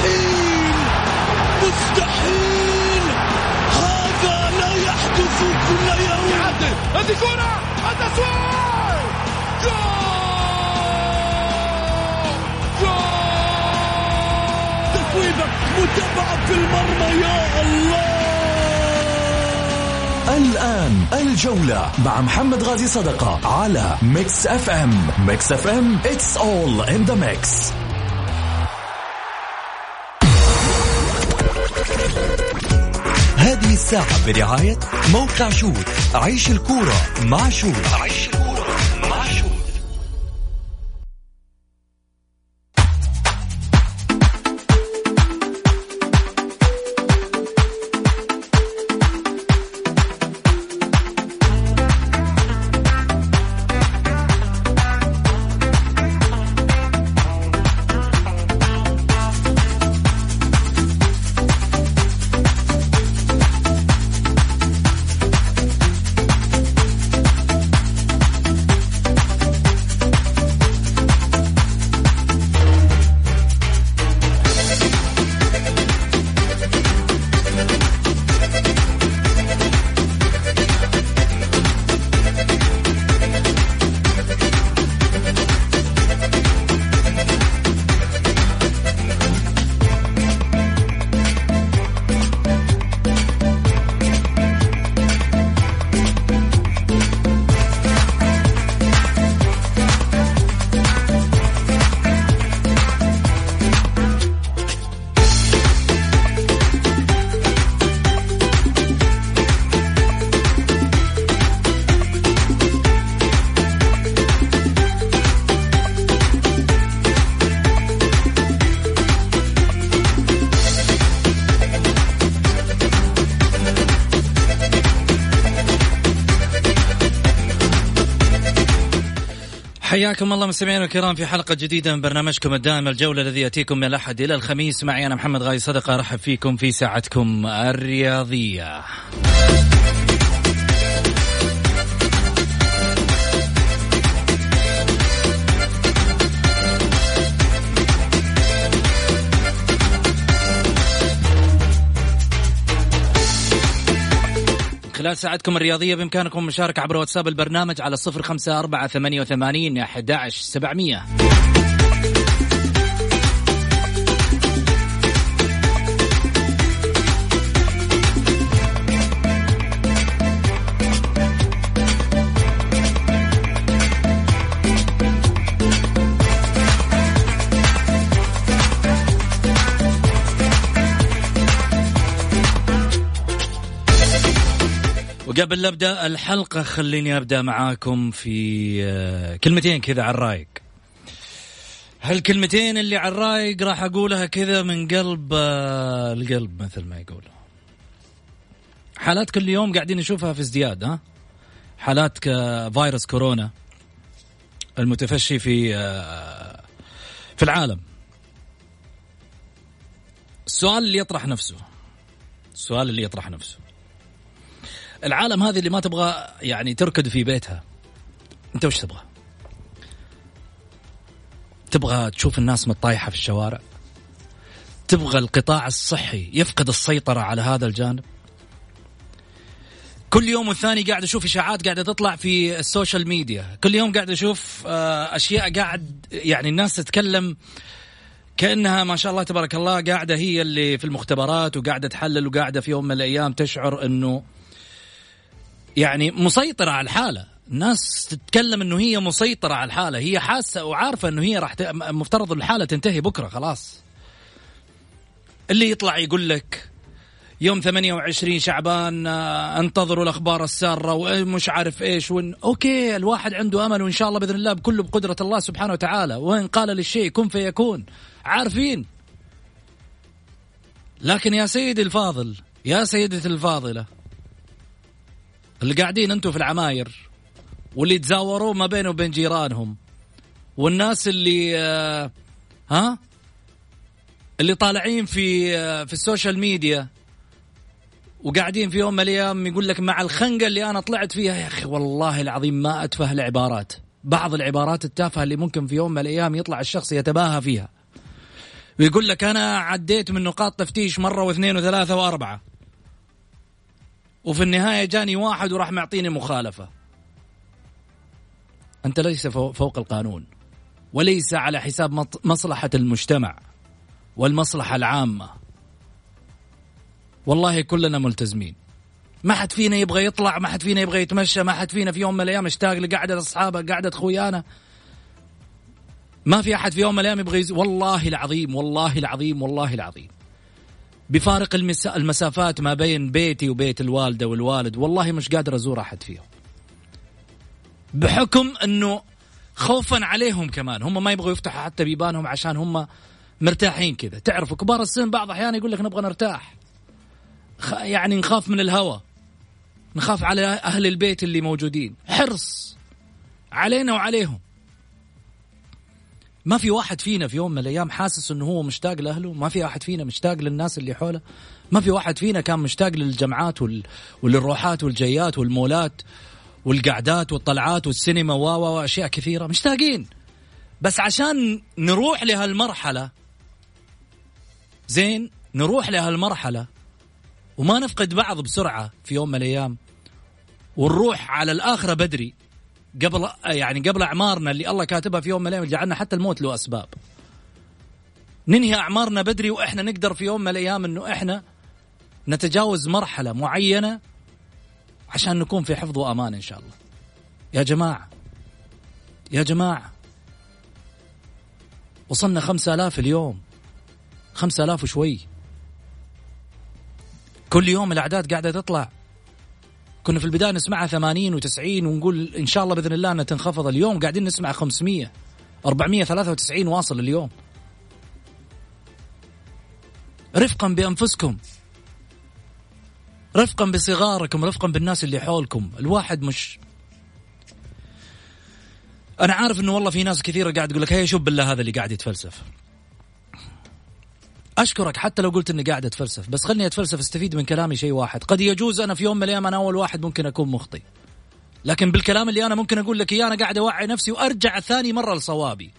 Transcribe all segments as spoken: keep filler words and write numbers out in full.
مستحيل مستحيل، هذا لا يحدث كل يوم. يعدل هذه كرة التسويق، جول جول، تسويبة متابعة في المرمى، يا الله. الآن الجولة مع محمد غازي صدقة على ميكس اف ام. ميكس اف ام it's all in the mix. هذه الساعة برعاية موقع شوت. عيش الكورة مع شوت. عيش الكورة مع شوت. حياكم الله مستمعينا الكرام في حلقة جديدة من برنامجكم الدائم الجولة الذي يأتيكم من الأحد إلى الخميس. معي أنا محمد غازي صدقة، أرحب فيكم في ساعتكم الرياضية. خلال ساعتكم الرياضية بإمكانكم مشاركة عبر واتساب البرنامج على صفر خمسة أربعة ثمانية وثمانين أحد عشر سبعمية. وقبل نبدأ الحلقة خليني أبدأ معاكم في كلمتين كذا على الرايق. هالكلمتين اللي على الرايق راح أقولها كذا من قلب القلب مثل ما يقولوا. حالات كل يوم قاعدين نشوفها في ازدياد، ها حالات كفيروس كورونا المتفشي في في العالم. السؤال اللي يطرح نفسه السؤال اللي يطرح نفسه العالم هذه اللي ما تبغى يعني تركض في بيتها، انت وش تبغى؟ تبغى تشوف الناس متطايحة في الشوارع؟ تبغى القطاع الصحي يفقد السيطرة على هذا الجانب؟ كل يوم والثاني قاعد أشوف إشاعات قاعدة تطلع في السوشيال ميديا، كل يوم قاعد أشوف أشياء قاعد يعني الناس تتكلم كأنها ما شاء الله تبارك الله قاعدة هي اللي في المختبرات وقاعدة تحلل وقاعدة في يوم من الأيام تشعر أنه يعني مسيطرة على الحالة. الناس تتكلم أنه هي مسيطرة على الحالة، هي حاسة وعارفة أنه هي راح ت... مفترض الحالة تنتهي بكرة خلاص. اللي يطلع يقول لك يوم ثمانية وعشرين شعبان انتظروا الأخبار السارة ومش عارف إيش وإن... أوكي الواحد عنده أمل وإن شاء الله بإذن الله بكله بقدرة الله سبحانه وتعالى، وإن قال للشيء كن فيكون، عارفين. لكن يا سيدي الفاضل، يا سيدتي الفاضلة، اللي قاعدين أنتوا في العماير واللي تزاوروا ما بينه وبين جيرانهم، والناس اللي آه ها اللي طالعين في آه في السوشيال ميديا وقاعدين في يوم من الأيام يقول لك مع الخنقة اللي أنا طلعت فيها، يا أخي والله العظيم ما أتفه العبارات، بعض العبارات التافهة اللي ممكن في يوم من الأيام يطلع الشخص يتباهى فيها. ويقول لك أنا عديت من نقاط تفتيش مرة واثنين وثلاثة وأربعة، وفي النهاية جاني واحد وراح معطيني مخالفة. أنت ليس فوق القانون، وليس على حساب مصلحة المجتمع والمصلحة العامة. والله كلنا ملتزمين، ما حد فينا يبغى يطلع، ما حد فينا يبغى يتمشى، ما حد فينا في يوم من الأيام اشتاق لقعدة أصحابه قعدة خويانا، ما في أحد في يوم من الأيام يبغى يز... والله العظيم والله العظيم والله العظيم بفارق المس... المسافات ما بين بيتي وبيت الوالدة والوالد، والله مش قادر أزور أحد فيهم، بحكم أنه خوفا عليهم كمان، هم ما يبغوا يفتحوا حتى بيبانهم عشان هم مرتاحين كذا. تعرفوا كبار السن بعض أحيانا يقول لك نبغى نرتاح، خ... يعني نخاف من الهوى، نخاف على أهل البيت اللي موجودين، حرص علينا وعليهم. ما في واحد فينا في يوم من الأيام حاسس أنه هو مشتاق لأهله، ما في واحد فينا مشتاق للناس اللي حوله، ما في واحد فينا كان مشتاق للجمعات وال... وللروحات والجيات والمولات والقعدات والطلعات والسينما واشياء كثيرة، مشتاقين. بس عشان نروح لهالمرحلة زين، نروح لهالمرحلة وما نفقد بعض بسرعة في يوم من الأيام، ونروح على الآخرة بدري قبل يعني قبل أعمارنا اللي الله كاتبها في يوم من الأيام. جعلنا حتى الموت له أسباب، ننهي أعمارنا بدري وإحنا نقدر في يوم من الأيام إنه إحنا نتجاوز مرحلة معينة عشان نكون في حفظ وأمان إن شاء الله. يا جماعة يا جماعة وصلنا خمسة آلاف اليوم، خمسة آلاف وشوي، كل يوم الأعداد قاعدة تطلع. كنا في البداية نسمعها ثمانين وتسعين ونقول إن شاء الله بإذن الله أنها تنخفض، اليوم قاعدين نسمع خمسمية أربعمية ثلاثة وتسعين واصل اليوم. رفقا بأنفسكم، رفقا بصغاركم، رفقا بالناس اللي حولكم. الواحد مش، أنا عارف إنه والله في ناس كثيرة قاعد تقول لك هيا شوف بالله هذا اللي قاعد يتفلسف. أشكرك حتى لو قلت إني قاعد أتفلسف، بس خلني أتفلسف استفيد من كلامي شيء واحد. قد يجوز أنا في يوم من الأيام أنا أول واحد ممكن أكون مخطئ، لكن بالكلام اللي أنا ممكن أقول لك إياه أنا قاعد أوعي نفسي وأرجع ثاني مرة لصوابي.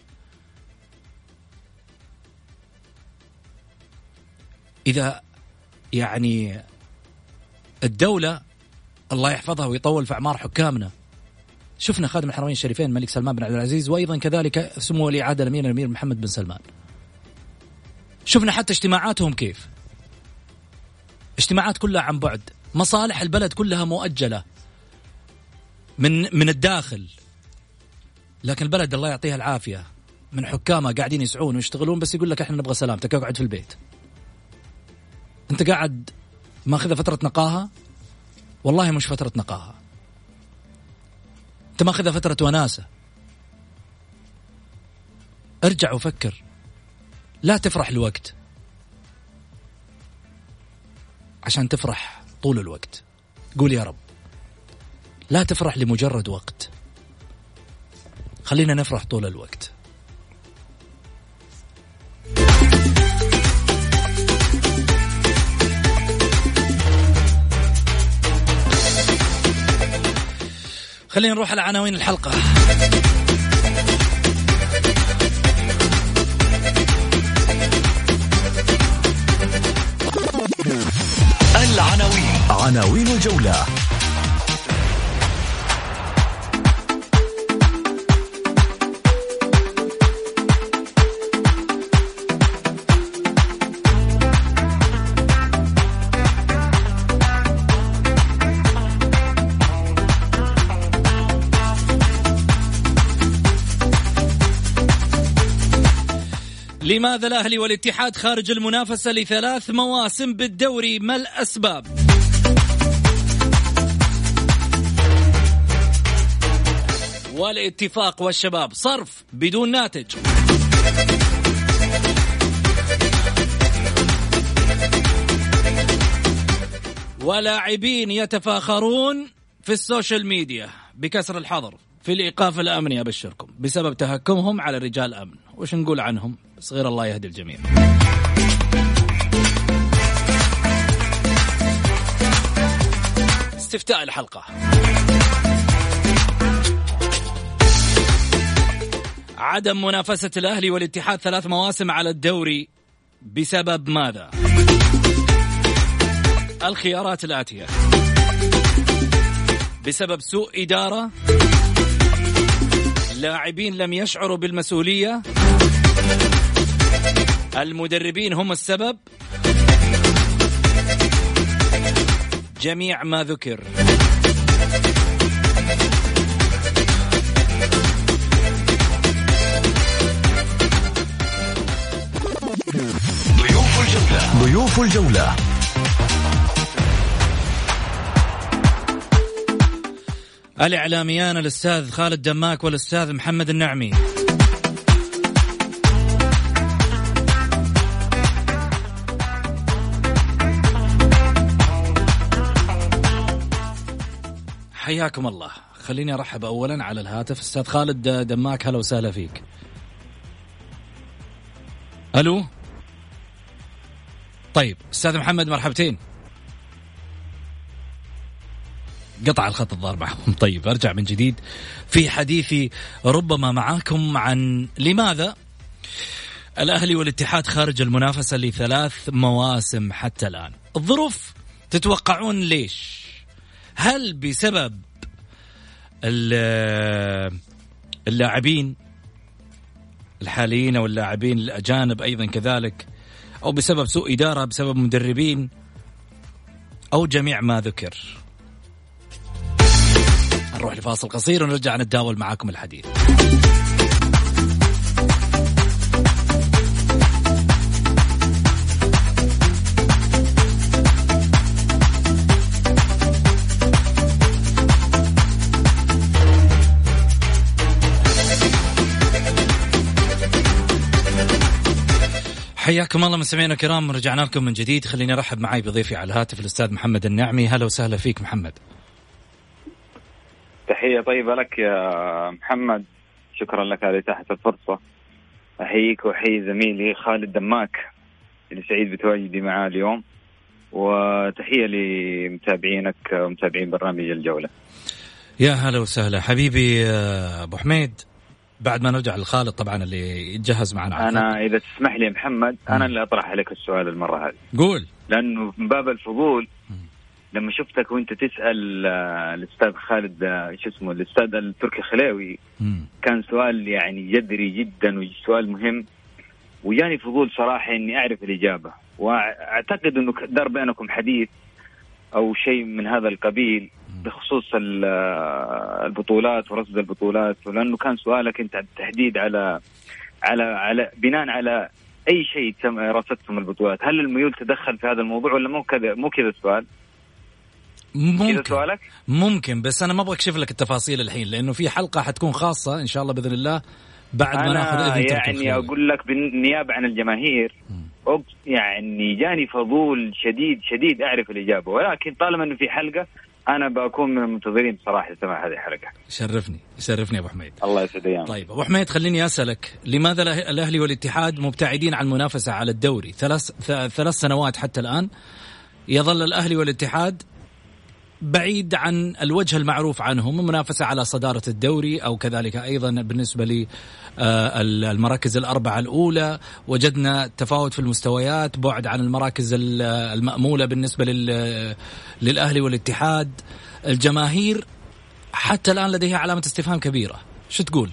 إذا يعني الدولة الله يحفظها ويطول في أعمار حكامنا، شفنا خادم الحرمين الشريفين الملك سلمان بن عبد العزيز، وأيضا كذلك سمو ولي عهد الأمير الأمير محمد بن سلمان، شفنا حتى اجتماعاتهم كيف، اجتماعات كلها عن بعد، مصالح البلد كلها مؤجلة من من الداخل، لكن البلد الله يعطيها العافية من حكامها قاعدين يسعون ويشتغلون، بس يقول لك احنا نبغى سلامتك اقعد في البيت. انت قاعد ماخذها فترة نقاهة؟ والله مش فترة نقاهة، انت ماخذها فترة وناسة. ارجع وفكر، لا تفرح لوقت عشان تفرح طول الوقت. قول يا رب لا تفرح لمجرد وقت، خلينا نفرح طول الوقت. خلينا نروح على عناوين الحلقة. العناوين، عناوين الجولة. لماذا الأهلي والاتحاد خارج المنافسة لثلاث مواسم بالدوري؟ ما الأسباب؟ والاتفاق والشباب صرف بدون ناتج. ولاعبين يتفاخرون في السوشيال ميديا بكسر الحظر في الإيقاف الأمني أبشركم بسبب تهكمهم على رجال أمن. وش نقول عنهم؟ صغير الله يهدي الجميع. استفتاء الحلقة: عدم منافسة الأهلي والاتحاد ثلاث مواسم على الدوري بسبب ماذا؟ الخيارات الآتية: بسبب سوء إدارة، لاعبين لم يشعروا بالمسؤولية، المدربين هم السبب، جميع ما ذكر. ضيوف الجولة ضيوف الجولة الإعلاميان الأستاذ خالد دماك والأستاذ محمد النعمي. حياكم الله. خليني أرحب أولا على الهاتف أستاذ خالد دماك، هلا وسهلا فيك. ألو. طيب أستاذ محمد مرحبتين. قطع الخط الظاهر معهم. طيب أرجع من جديد في حديثي ربما معاكم عن لماذا الأهلي والاتحاد خارج المنافسة لثلاث مواسم حتى الآن. الظروف تتوقعون ليش؟ هل بسبب اللاعبين الحاليين أو اللاعبين الأجانب أيضا كذلك، أو بسبب سوء إدارة، بسبب مدربين، أو جميع ما ذكر؟ نروح لفاصل قصير ونرجع نتداول معاكم الحديث. حياكم الله مستمعينا الكرام، رجعنا لكم من جديد. خليني أرحب معي بضيفي على الهاتف الأستاذ محمد النعمي. هلا وسهلا فيك محمد. تحية طيبة لك يا محمد، شكرا لك على إتاحة الفرصة. أحييك وأحيي زميلي خالد دماك اللي سعيد بتواجدي معاه اليوم، وتحية لمتابعينك ومتابعين برنامج الجولة. يا هلا وسهلا حبيبي أبو حميد. بعد ما نرجع للخالد طبعا اللي يتجهز معنا، أنا إذا تسمح لي محمد أنا اللي أطرح عليك السؤال المرة هذه. قول. لأنه من باب الفضول لما شفتك وانت تسأل الأستاذ خالد شو اسمه الأستاذ التركي خلاوي، كان سؤال يعني جذري جدا وسؤال مهم، وجاني فضول صراحة إني أعرف الإجابة، وأعتقد إنه دار بينكم حديث أو شيء من هذا القبيل بخصوص البطولات ورصد البطولات، ولأنه كان سؤالك أنت بالتحديد على على على بناء على أي شيء رصدتم البطولات. هل الميول تدخل في هذا الموضوع ولا مو كذا؟ مو كذا السؤال. ممكن سؤالك؟ ممكن، بس أنا ما أبغى أكشف لك التفاصيل الحين، لأنه في حلقة حتكون خاصة إن شاء الله بإذن الله بعد ما ناخذ إذن تركي. يعني أقول لك بالنيابة عن الجماهير يعني جاني فضول شديد شديد أعرف الإجابة، ولكن طالما إنه في حلقة أنا بكون من المنتظرين بصراحة سماع هذه الحلقة. شرفني شرفني أبو حميد. الله يسعدك يا. طيب أبو حميد خليني أسألك، لماذا الأهلي والاتحاد مبتعدين عن المنافسة على الدوري؟ ثلاث ثلاث سنوات حتى الآن يظل الأهلي والاتحاد بعيد عن الوجه المعروف عنهم، المنافسة على صدارة الدوري أو كذلك أيضا بالنسبة للمراكز الأربعة الأولى. وجدنا تفاوت في المستويات، بعد عن المراكز المأمولة بالنسبة للأهلي والاتحاد. الجماهير حتى الآن لديها علامة استفهام كبيرة. شو تقول؟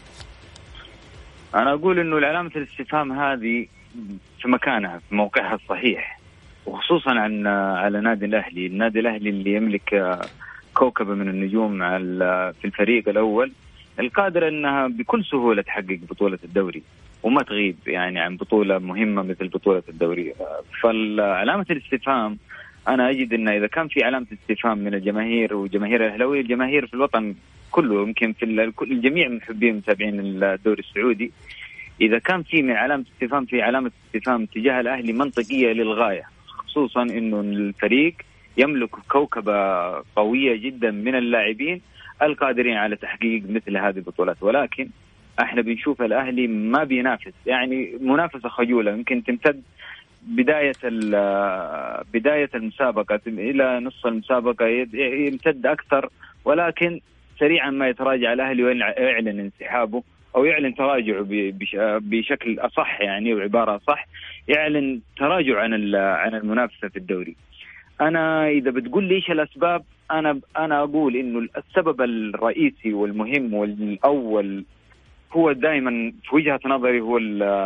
أنا أقول إنه علامة الاستفهام هذه في مكانها في موقعها الصحيح، وخصوصا عن على نادي الأهلي. النادي الأهلي اللي يملك كوكبة من النجوم في الفريق الأول، القادر أنها بكل سهولة تحقق بطولة الدوري وما تغيب يعني عن بطولة مهمة مثل بطولة الدوري. فالعلامة الاستفهام أنا أجد أن إذا كان في علامة استفهام من الجماهير وجماهير الأهلاوية، الجماهير في الوطن كله، يمكن في الجميع محبين متابعين الدوري السعودي، إذا كان في من علامة استفهام في علامة استفهام تجاه الأهلي منطقية للغاية، خصوصا إنه الفريق يملك كوكبة قوية جدا من اللاعبين القادرين على تحقيق مثل هذه البطولات. ولكن احنا بنشوف الأهلي ما بينافس، يعني منافسة خجولة، يمكن تمتد بداية بداية المسابقة إلى نصف المسابقة يمتد أكثر، ولكن سريعا ما يتراجع الأهلي ويعلن انسحابه أو يعلن تراجعه بشكل أصح يعني وعبارة أصح، يعلن تراجع عن عن المنافسة في الدوري. أنا إذا بتقول لي إيش الأسباب، أنا أنا أقول إنه السبب الرئيسي والمهم والأول هو دائما في وجهة نظري هو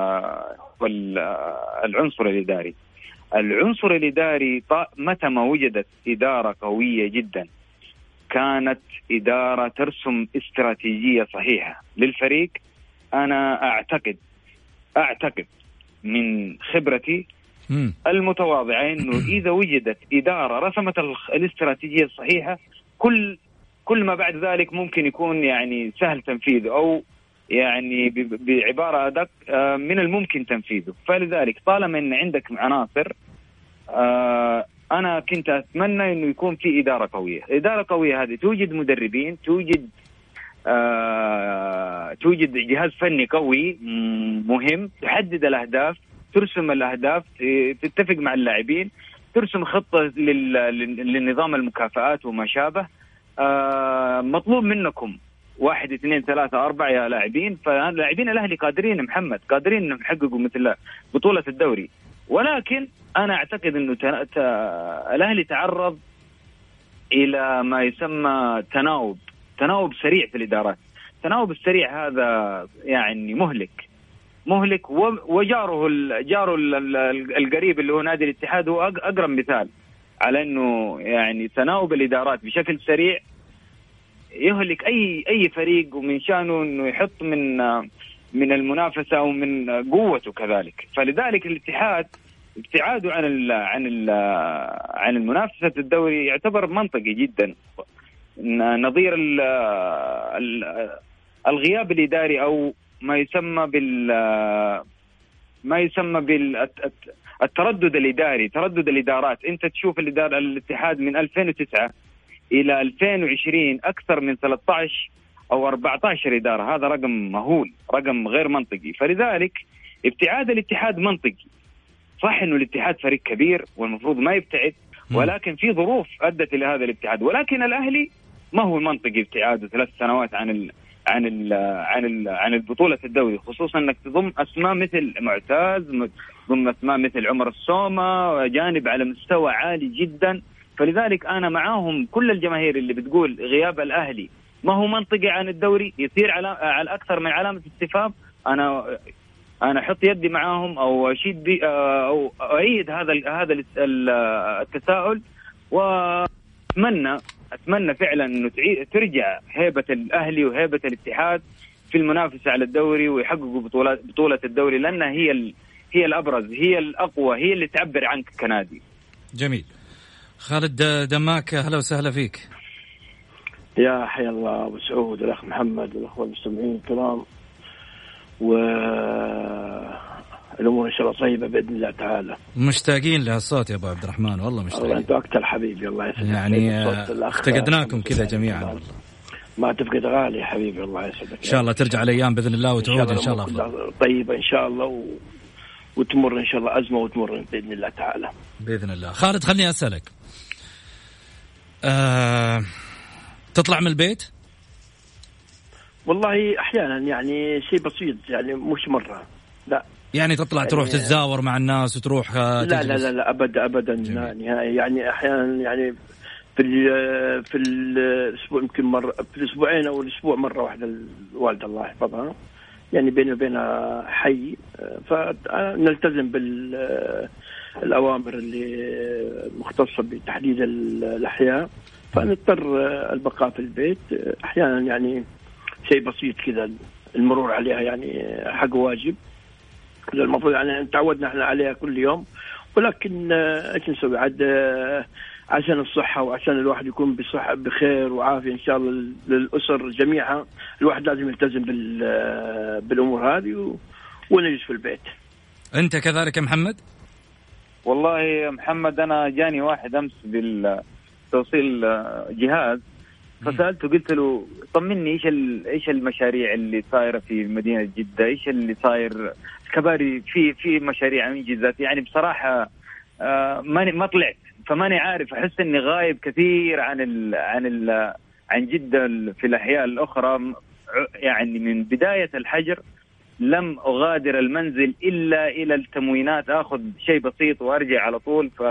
العنصر الإداري. العنصر الإداري متى ما وجدت إدارة قوية جدا، كانت إدارة ترسم استراتيجية صحيحة للفريق، أنا أعتقد أعتقد من خبرتي المتواضعة إنه إذا وجدت إدارة رسمت الاستراتيجية الصحيحة، كل كل ما بعد ذلك ممكن يكون يعني سهل تنفيذه، أو يعني بعبارة أدق من الممكن تنفيذه. فلذلك طالما إن عندك عناصر، أنا كنت أتمنى إنه يكون في إدارة قوية. إدارة قوية هذه توجد مدربين، توجد آه، توجد جهاز فني قوي مهم، تحدد الأهداف، ترسم الأهداف، تتفق مع اللاعبين، ترسم خطة للنظام المكافآت وما شابه. آه، مطلوب منكم واحد اثنين ثلاثة أربعة يا لاعبين. فلاعبين الأهلي قادرين محمد، قادرين إنهم يحققوا مثل بطولة الدوري، ولكن أنا أعتقد إنه الأهلي تعرض إلى ما يسمى تناوب تناوب سريع في الإدارات. التناوب السريع هذا يعني مهلك مهلك وجاره جاره القريب اللي هو نادي الاتحاد هو أقرب مثال على إنه يعني تناوب الإدارات بشكل سريع يهلك أي أي فريق، ومن شأنه إنه يحط من من المنافسة أو من قوته كذلك. فلذلك الاتحاد ابتعاده عن ال عن ال عن المنافسة الدوري يعتبر منطقي جدا، نظير ال ال الغياب الإداري أو ما يسمى بال ما يسمى بالتردد الإداري، تردد الإدارات. أنت تشوف الإدارة الاتحاد من ألفين وتسعة إلى ألفين وعشرين أكثر من ثلاثة عشر أو أربعة عشر إدارة، هذا رقم مهول، رقم غير منطقي. فلذلك ابتعاد الاتحاد منطقي. صح إنه الاتحاد فريق كبير والمفروض ما يبتعد، ولكن في ظروف أدت إلى هذا الابتعاد. ولكن الأهلي ما هو منطقي ابتعاده ثلاث سنوات عن ال عن ال عن ال عن البطولة الدوري، خصوصا انك تضم اسماء مثل معتاز، تضم اسماء مثل عمر السومة، جانب على مستوى عالي جدا. فلذلك انا معاهم كل الجماهير اللي بتقول غياب الاهلي ما هو منطقي عن الدوري، يصير على على اكثر من علامة استفهام. انا انا احط يدي معاهم او اشيد بي او اؤيد هذا هذا التساؤل، واتمنى أتمنى فعلا إنه ترجع هيبة الأهلي وهيبة الاتحاد في المنافسة على الدوري، ويحققوا بطولة بطولة الدوري، لأنها هي ال... هي الأبرز، هي الأقوى، هي اللي تعبر عنك كنادي. جميل. خالد دماك، أهلا وسهلا فيك. يا حيا الله أبو سعود والأخ محمد والأخوة المستمعين الكرام، و الأمور إن شاء الله طيبة بإذن الله تعالى. مشتاقين لهالصوت يا أبو عبد الرحمن، والله مشتاقين. والله أنتوا أكثر حبيبي، الله يسعدك. يعني افتقدناكم كذا جميعا والله. ما تفقد غالي حبيبي، الله يسعدك. إن شاء الله ترجع الأيام بإذن الله وتعود إن شاء الله, إن شاء الله طيبة إن شاء الله، و... وتمر إن شاء الله أزمة وتمر بإذن الله تعالى. بإذن الله. خالد خلني أسألك، أه... تطلع من البيت؟ والله أحيانا يعني شيء بسيط، يعني مش مرة، لا يعني تطلع يعني تروح تتزاور مع الناس وتروح لا لا لا لا أبدا أبدا نهائي. يعني أحيانا يعني في في الأسبوع يمكن مرة في الأسبوعين أو الأسبوع مرة واحدة، الوالدة الله يحفظها يعني بيني وبينها حي، فنلتزم بالأوامر اللي مختصة بتحديد الأحياء، فنضطر البقاء في البيت. أحيانا يعني شيء بسيط كذا المرور عليها يعني حق واجب، المفروض يعني تعودنا احنا عليها كل يوم، ولكن ايش نسوي عاد عشان الصحة وعشان الواحد يكون بصحة بخير وعافية إن شاء الله للأسر جميعها، الواحد لازم يلتزم بالأمور هذه ونجلس في البيت. أنت كذلك يا محمد؟ والله يا محمد أنا جاني واحد أمس بالتوصيل جهاز، فسألته قلت له طمني إيش إيش المشاريع اللي صايرة في مدينة جدة، إيش اللي صاير كباري في في مشاريع انجازات. يعني بصراحة آه ماني ما طلعت، فماني عارف، أحس إني غايب كثير عن ال عن ال عن جدة في الأحياء الأخرى. يعني من بداية الحجر لم أغادر المنزل إلا إلى التموينات، أخذ شيء بسيط وأرجع على طول. ف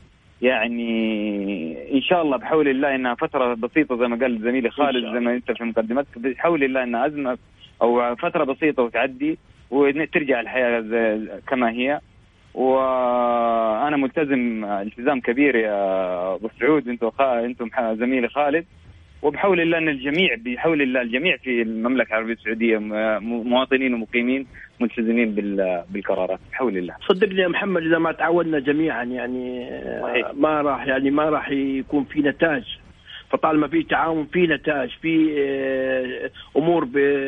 يعني إن شاء الله بحول الله إنها فترة بسيطة زي ما قال زميلي خالد، زي ما أنت في مقدمتك، بحول الله إنها أزمة أو فترة بسيطة وتعدي وترجع الحياة كما هي. وأنا ملتزم التزام كبير يا أبو سعود أنتم أنتم زميلي خالد، وبحول الله أن الجميع بحول الله الجميع في المملكة العربية السعودية مواطنين ومقيمين ملتزمين بالقرارات بحول الله. صدقني يا محمد إذا ما تعاوننا جميعا يعني ما راح يعني ما راح يكون في نتاج. فطالما في تعاون في نتاج، في أمور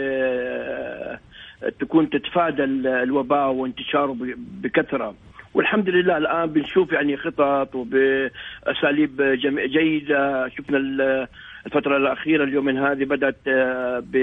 تكون تتفادى الوباء وانتشاره بكثرة. والحمد لله الآن بنشوف يعني خطط وبأساليب جيدة. شفنا الفترة الأخيرة اليومين هذه بدأت ب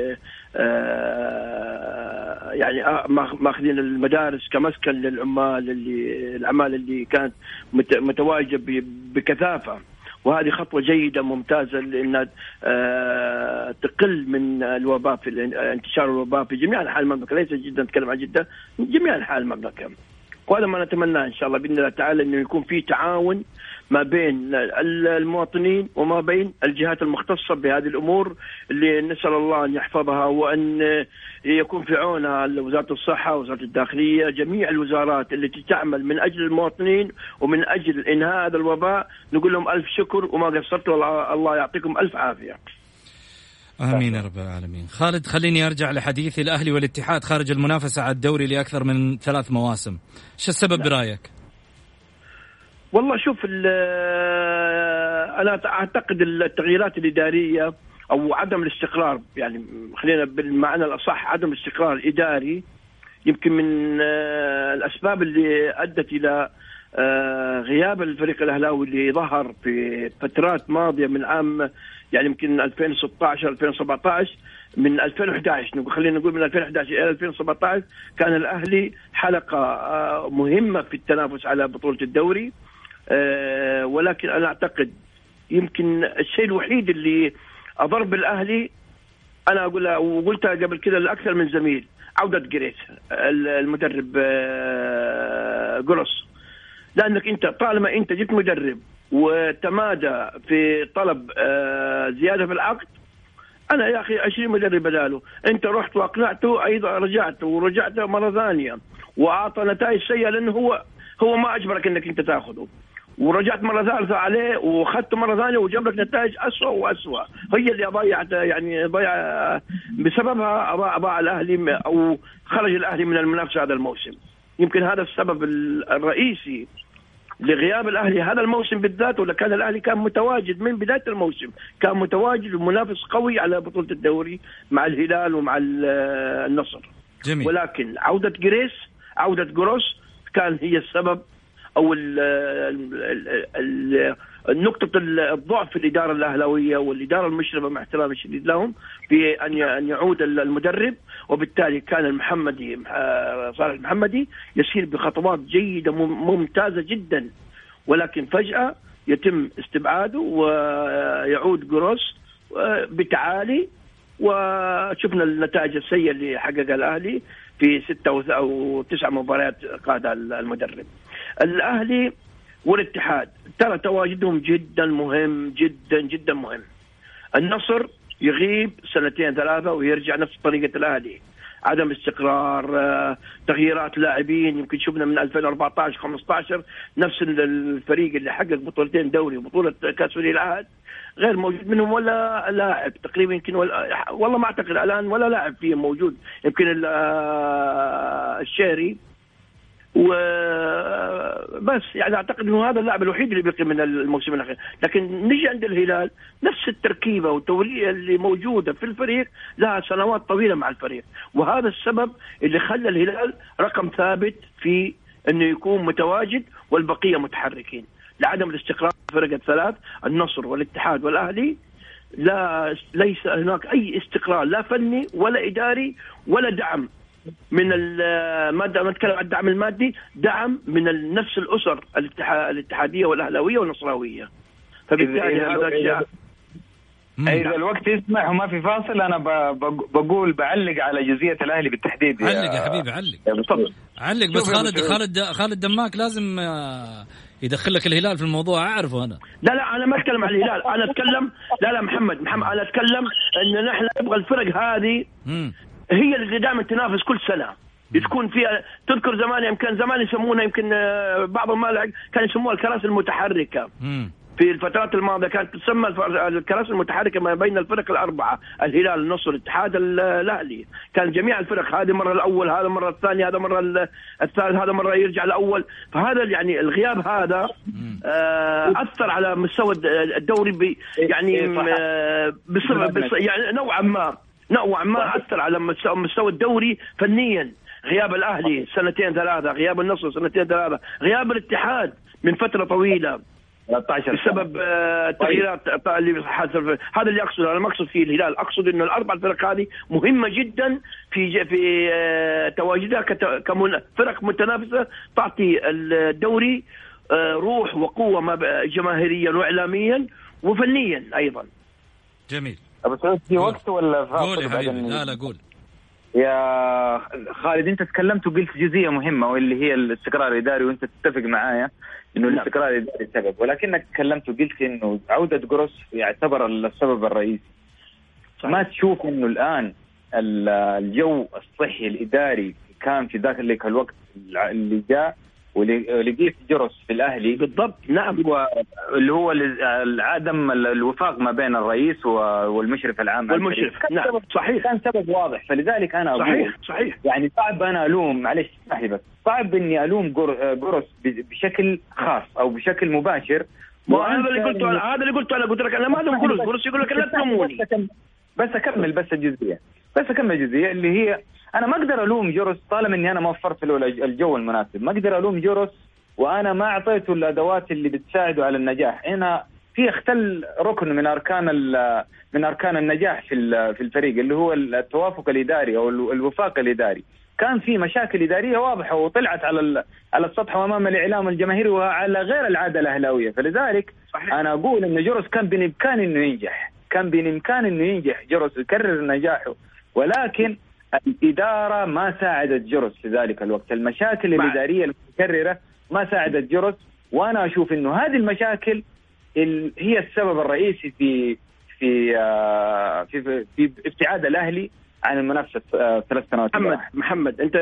يعني ماخذين المدارس كمسكن للعمال اللي الأعمال اللي كانت متواجدة بكثافة، وهذه خطوة جيدة ممتازة لأنها تقل من الوباء في انتشار الوباء في جميع أنحاء المملكة، ليس جدا نتكلم عن جدة، جميع أنحاء المملكة. وهذا ما نتمناه إن شاء الله بإذن الله تعالى، إنه يكون في تعاون ما بين المواطنين وما بين الجهات المختصة بهذه الأمور اللي نسأل الله أن يحفظها وأن يكون في عونها وزارة الصحة ووزارة الداخلية، جميع الوزارات اللي تعمل من أجل المواطنين ومن أجل إنهاء هذا الوباء. نقول لهم ألف شكر وما قصرتوا، الله يعطيكم ألف عافية. آمين يا رب العالمين. خالد خليني أرجع لحديثي. الأهلي والاتحاد خارج المنافسة على الدوري لأكثر من ثلاث مواسم، شو السبب برأيك؟ والله شوف أنا أعتقد التغييرات الإدارية أو عدم الاستقرار، يعني خلينا بالمعنى الأصح عدم الاستقرار الإداري يمكن من الأسباب اللي أدت إلى غياب الفريق الأهلاوي اللي ظهر في فترات ماضية من عام يعني يمكن ألفين وستة عشر ألفين وسبعة عشر من ألفين وأحد عشر، خلينا نقول من ألفين وأحد عشر إلى ألفين وسبعة عشر كان الأهلي حلقة مهمة في التنافس على بطولة الدوري. ولكن أنا أعتقد يمكن الشيء الوحيد اللي أضر بالأهلي أنا أقول وقلتها قبل كده لأكثر من زميل، عودة جريس المدرب جروس. لأنك أنت طالما أنت جبت مدرب وتمادى في طلب زيادة في العقد، أنا يا أخي عشرين مدرب بداله، أنت رحت وأقنعته أيضا رجعت ورجعت مرة ثانية وأعطى نتائج سيئة لأنه هو هو ما أجبرك أنك أنت تأخذه، ورجعت مرة ثالثة عليه وخدته مرة ثانية وجاب لك نتائج أسوأ وأسوأ. هي اللي ضيعت يعني ضيع بسببها أضاع الأهلي أو خرج الأهلي من المنافسة هذا الموسم. يمكن هذا السبب الرئيسي لغياب الأهلي هذا الموسم بالذات، ولا كان الأهلي كان متواجد من بداية الموسم، كان متواجد ومنافس قوي على بطولة الدوري مع الهلال ومع النصر. جميل. ولكن عودة جريس عودة جروس كان هي السبب أو ال ال ال النقطة الضعف في الإدارة الأهلاوية والإدارة المشرفة مع احترام الشديد لهم في أن أن يعود المدرب. وبالتالي كان المحمدي صالح المحمدي يسير بخطوات جيدة ممتازة جدا، ولكن فجأة يتم استبعاده ويعود جروس بتعالي، وشفنا النتائج السيئة اللي حققها الأهلي في ستة أو تسع مباريات قادها المدرب. الأهلي والاتحاد ترى تواجدهم جدا مهم جدا جدا مهم. النصر يغيب سنتين ثلاثة ويرجع نفس طريقة الأهلي، عدم استقرار، تغييرات لاعبين. يمكن شفنا من ألفين وأربعة عشر خمسة عشر نفس الفريق اللي حقق بطولتين دوري وبطولة كأس ولي العهد غير موجود منهم ولا لاعب تقريبا، يمكن ولا والله ما أعتقد الآن ولا لاعب فيه موجود، يمكن الشهري وبس. يعني أعتقد أنه هذا اللاعب الوحيد اللي بيقي من الموسم الأخير. لكن نجي عند الهلال نفس التركيبة والتولية اللي موجودة في الفريق لها سنوات طويلة مع الفريق، وهذا السبب اللي خلى الهلال رقم ثابت في أنه يكون متواجد والبقية متحركين. لعدم الاستقرار فرق الثلاث النصر والاتحاد والأهلي لا ليس هناك أي استقرار لا فني ولا إداري ولا دعم من المادة. نتكلم عن الدعم المادي، دعم من نفس الأسر الاتحادية والأهلاوية والنصراوية. فبالتالي هذا جاء إذا الوقت يسمح وما في فاصل أنا بقول بعلق على جزئية الأهلي بالتحديد. علق يا حبيبي علق علق بس خالد خالد خالد دماك لازم يدخل لك الهلال في الموضوع أعرفه أنا. لا لا أنا ما أتكلم عن الهلال أنا أتكلم لا لا محمد محمد أنا أتكلم إن نحن نبغى الفرق هذه هي اللي دائما تنافس كل سنة تكون فيها. تذكر زمان يمكن زمان يسمونها يمكن بعض الملاعب كان يسموها الكراسي المتحركة. مم. في الفترات الماضية كانت تسمى الكراسي المتحركة ما بين الفرق الأربعة الهلال النصر الاتحاد الأهلي. كان جميع الفرق هذه مرة الأول هذا مرة الثانية هذا مرة الثالث هذا مرة يرجع الأول. فهذا يعني الغياب هذا أثر على مستوى الدوري يعني بصفة يعني نوعا ما نوعا ما أثر على مستوى الدوري فنيا. غياب الأهلي سنتين ثلاثة غياب النصر سنتين ثلاثة غياب الاتحاد من فترة طويلة بسبب التغييرات اللي حصل. هذا اللي أقصد أنا ما أقصد فيه الهلال أقصد إنه الأربع الفرق هذه مهمة جدا في في تواجدها كفرق متنافسة تعطي الدوري روح وقوة جماهيريا وإعلاميا وفنيا أيضا. جميل. أبو سعود في وقت ولا قول يا حبيبي. لا لا قول يا خالد. أنت تكلمت وقلت جزئية مهمة واللي هي الاستقرار الإداري وأنت تتفق معايا إنه نعم. الاستقرار الإداري سبب ولكنك تكلمت وقلت إنه عودة جروس يعتبر السبب الرئيسي. ما تشوف إنه الآن الجو الصحي الإداري كان في ذاك الوقت اللي جاء ولقيت جروس في الأهلي بالضبط. نعم. اللي هو عدم الوفاق ما بين الرئيس والمشرف العام والمشرف. نعم صحيح كان سبب واضح. فلذلك أنا أقول صحيح صحيح يعني صعب أنا ألوم معلش اسمح بس صعب إني ألوم جروس بشكل خاص أو بشكل مباشر. هذا اللي قلته هذا اللي قلته أنا قلت لك أنا ما أدوم جروس جروس يقول لك لا تلوموني بس أكمل بس الجزئية بس أكمل الجزئية اللي هي أنا ما أقدر ألوم جروس طالما إني أنا ما وفرت له الجو المناسب. ما أقدر ألوم جروس وأنا ما أعطيته الأدوات اللي بتساعده على النجاح. هنا في اختل ركن من أركان من أركان النجاح في في الفريق اللي هو التوافق الإداري أو الوفاق الإداري. كان في مشاكل إدارية واضحة وطلعت على على السطح وأمام الإعلام الجماهيري وعلى غير العادة الأهلاوية. فلذلك صحيح. أنا أقول إن جروس كان بإمكان إنه ينجح كان بإمكان إنه ينجح جروس يكرر نجاحه ولكن الإدارة ما ساعدت جروس في ذلك الوقت. المشاكل الإدارية المتكررة ما ساعدت جروس وأنا أشوف إنه هذه المشاكل هي السبب الرئيسي في في في, في ابتعاد الأهلي عن المنافسة ثلاث سنوات. محمد محمد أنت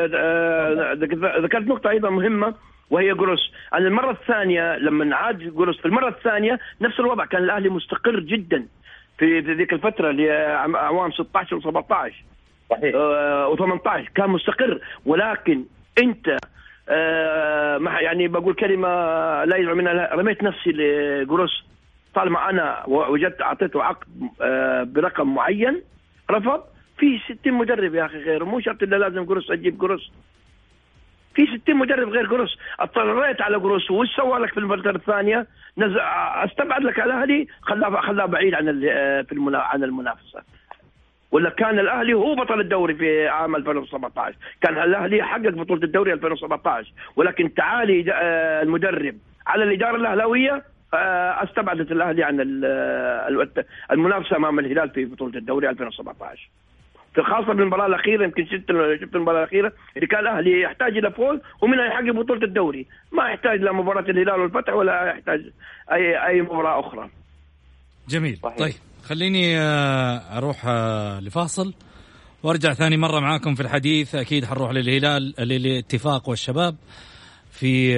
ذكرت نقطة أيضا مهمة وهي جروس. عن المرة الثانية لما عاد جروس في المرة الثانية نفس الوضع كان الأهلي مستقر جدا في ذيك الفترة اللي عوام ستة عشر وسبعة عشر آه و18 كان مستقر. ولكن انت آه يعني بقول كلمه لا يزعل منها رميت نفسي لجروس طالما انا وجدت اعطيته عقد آه برقم معين رفض. في ستين مدرب يا اخي غيره مو شرط الا لازم جروس اجيب جروس. في ستين مدرب غير جروس. اضطريت على جروس وش سوى لك في الفتره الثانيه نزل استبعد لك الاهلي خلاه خلاه بعيد عن في عن المنافسه. ولا كان الأهلي هو بطل الدوري في عام ألفين وسبعة عشر. كان الأهلي حقق بطولة الدوري ألفين وسبعة عشر ولكن تعالي المدرب على الإدارة الأهلاوية استبعدت الأهلي عن المنافسة أمام الهلال في بطولة الدوري ألفين وسبعة عشر. في خاصة بالمباراة الأخيرة يمكن شفت شفت المباراة الأخيرة اللي كان الأهلي يحتاج إلى فوز ومنها يحقق بطولة الدوري. ما يحتاج لمباراة الهلال والفتح ولا يحتاج أي أي مباراة أخرى. جميل. طيب خليني أروح لفاصل وارجع ثاني مرة معاكم في الحديث. أكيد حنروح للهلال للاتفاق والشباب في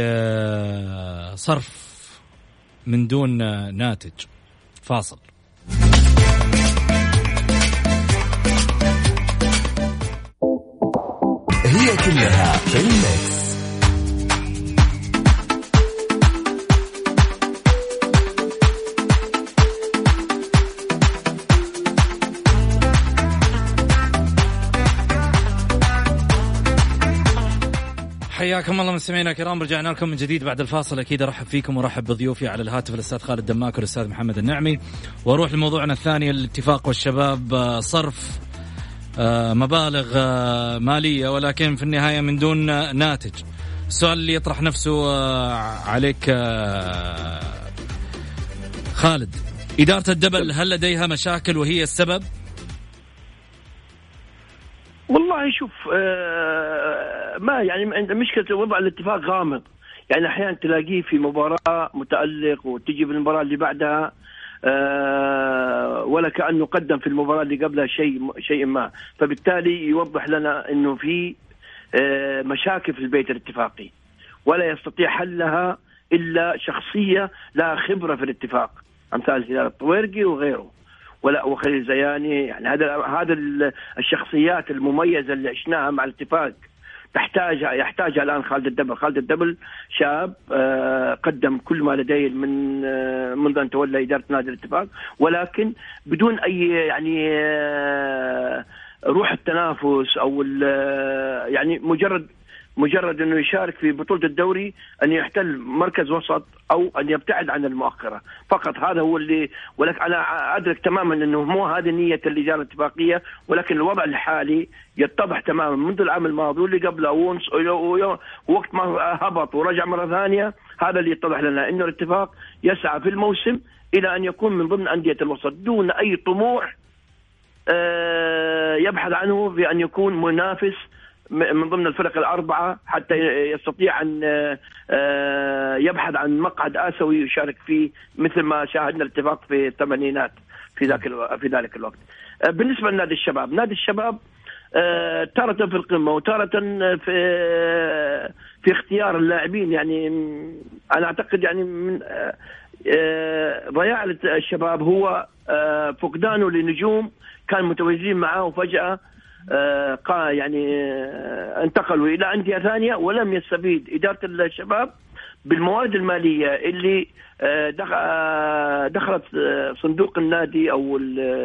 صرف من دون ناتج. فاصل. هي كلها في الميكس. حياكم الله مستمعينا الكرام. رجعنا لكم من جديد بعد الفاصل. أكيد أرحب فيكم ورحب بضيوفي على الهاتف الأستاذ خالد دماك والأستاذ محمد النعمي. وأروح لموضوعنا الثاني الاتفاق والشباب. صرف مبالغ مالية ولكن في النهاية من دون ناتج. السؤال اللي يطرح نفسه عليك خالد إدارة الدبل هل لديها مشاكل وهي السبب؟ والله شوف آه ما يعني مشكلة وضع الاتفاق غامض. يعني أحيانا تلاقيه في مباراة متألق وتجي في المباراة اللي بعدها آه ولا كأنه قدم في المباراة اللي قبلها شيء شيء ما. فبالتالي يوضح لنا إنه في آه مشاكل في البيت الاتفاقي ولا يستطيع حلها إلا شخصية لها خبرة في الاتفاق أمثال هلال الطويرقي وغيره ولا وخليل زياني. يعني هذا هذا الشخصيات المميزة اللي عشناها مع الاتفاق تحتاج يحتاجها الآن خالد الدبل. خالد الدبل شاب آه قدم كل ما لديه من آه منذ أن تولى إدارة نادي الاتفاق، ولكن بدون أي يعني آه روح التنافس أو يعني مجرد مجرد أنه يشارك في بطولة الدوري أن يحتل مركز وسط أو أن يبتعد عن المؤخرة فقط. هذا هو اللي ولكن أنا أدرك تماما أنه مو هذه نية اللجان الاتفاقية، ولكن الوضع الحالي يتضح تماما منذ العام الماضي واللي قبله ووقت ما هبط ورجع مرة ثانية. هذا اللي يتضح لنا أنه الاتفاق يسعى في الموسم إلى أن يكون من ضمن أندية الوسط دون أي طموح يبحث عنه بأن يكون منافس من ضمن الفرق الأربعة حتى يستطيع أن يبحث عن مقعد آسيوي يشارك فيه مثل ما شاهدنا الاتفاق في الثمانينات في ذاك في ذلك الوقت. بالنسبة لنادي الشباب، نادي الشباب تارة في القمة وتارة في في اختيار اللاعبين. يعني أنا أعتقد يعني من ضياع الشباب هو فقدانه لنجوم كان متواجدين معه وفجأة آه يعني آه انتقلوا إلى أندية ثانية ولم يستفيد إدارة الشباب بالموارد المالية اللي آه دخلت صندوق النادي أو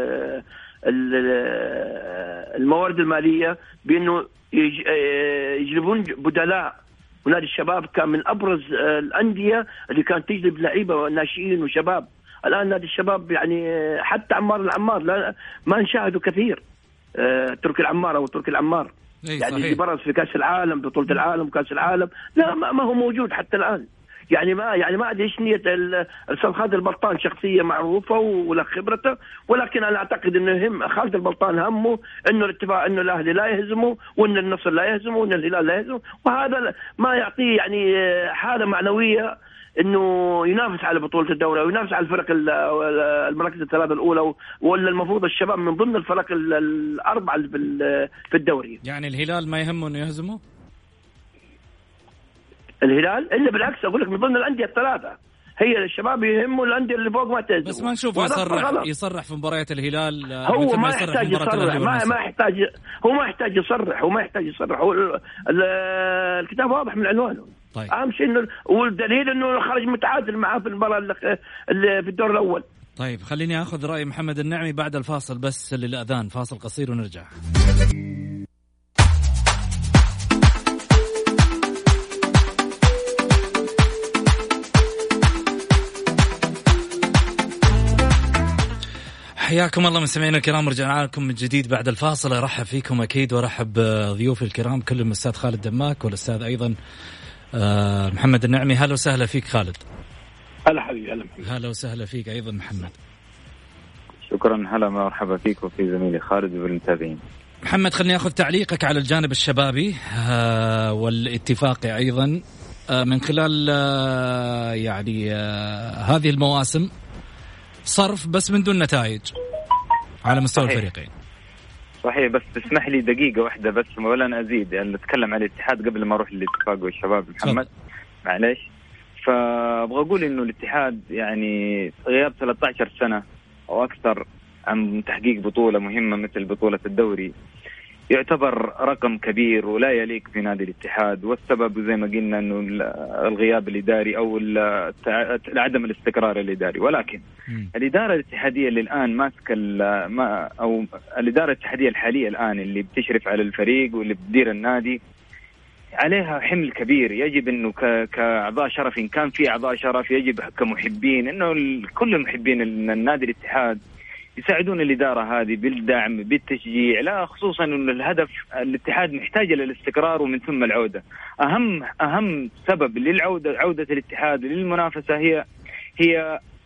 الموارد المالية بأنه يجلبون بدلاء. ونادي الشباب كان من أبرز الأندية اللي كانت تجلب لعيبة ناشئين وشباب. الآن نادي الشباب يعني حتى عمار العمار لا ما نشاهده كثير. آه، تركي العمار أو تركي العمار يعني اللي برز في كأس العالم بطولة العالم وكأس العالم لا ما, ما هو موجود حتى الآن. يعني ما يعني ما أدري إيش نية الأستاذ خالد البلطان. شخصية معروفة ولا خبرته، ولكن أنا أعتقد إنه هم خالد البلطان همه إنه الاتفاق إنه الأهلي لا يهزمه وإن النصر لا يهزمه وإن الهلال لا يهزمه، وهذا ما يعطيه يعني حالة معنوية إنه ينافس على بطولة الدوري وينافس على الفرق المراكز الثلاثة الأولى، ولا المفروض الشباب من ضمن الفرق الأربعة في الدوري. يعني الهلال ما يهمه إنه يهزمه؟ الهلال إلا بالعكس أقول لك من ضمن الأندية الثلاثة. هي الشباب يهمه الأندية اللي فوق ما تهزم. بس ما نشوف يصرح يصرح في مباريات الهلال. هو ما يحتاج يصرح ما ما يحتاج هو ما يحتاج يصرح هو ما يحتاج يصرح هو الكتاب واضح من عنوانه. طيب. أهم شيء إنه والدليل إنه خرج متعادل معاه في المباراة اللي في الدور الأول. طيب خليني أخذ رأي محمد النعمي بعد الفاصل، بس للأذان فاصل قصير ونرجع. حياكم الله مستمعينا الكرام، رجعنا لكم من جديد بعد الفاصل. ارحب فيكم اكيد وارحب بضيوفي الكرام كلهم، الاستاذ خالد دماك والاستاذ ايضا محمد النعمي. هلا وسهلا فيك خالد. هلا حبيبي. هلا هلا وسهلا فيك ايضا محمد. شكرا. هلا مرحبا فيك وفي زميلي خالد وبالمتابعين. محمد خليني اخذ تعليقك على الجانب الشبابي والاتفاقي ايضا من خلال يعني هذه المواسم صرف بس من دون نتائج على مستوى صحيح. الفريقين. صحيح، بس تسمح لي دقيقة واحدة بس ولا أزيد يعني أتكلم على الاتحاد قبل ما أروح للاتفاق والشباب محمد معليش. فأبغى أقول إنه الاتحاد يعني غياب ثلاثة عشر سنة أو أكثر عن تحقيق بطولة مهمة مثل بطولة الدوري يعتبر رقم كبير ولا يليق في نادي الاتحاد، والسبب زي ما قلنا انه الغياب الاداري او عدم الاستقرار الاداري. ولكن م. الاداره الاتحاديه اللي الان ماسكه ما او الاداره الاتحاديه الحاليه الان اللي بتشرف على الفريق واللي بتدير النادي عليها حمل كبير. يجب انه كاعضاء شرف ان كان في اعضاء شرف يجب كمحبين انه كل المحبين النادي الاتحاد يساعدون الإدارة هذه بالدعم بالتشجيع، لا خصوصا أن الهدف الاتحاد محتاج للاستقرار ومن ثم العودة. أهم أهم سبب للعودة عودة الاتحاد للمنافسة هي هي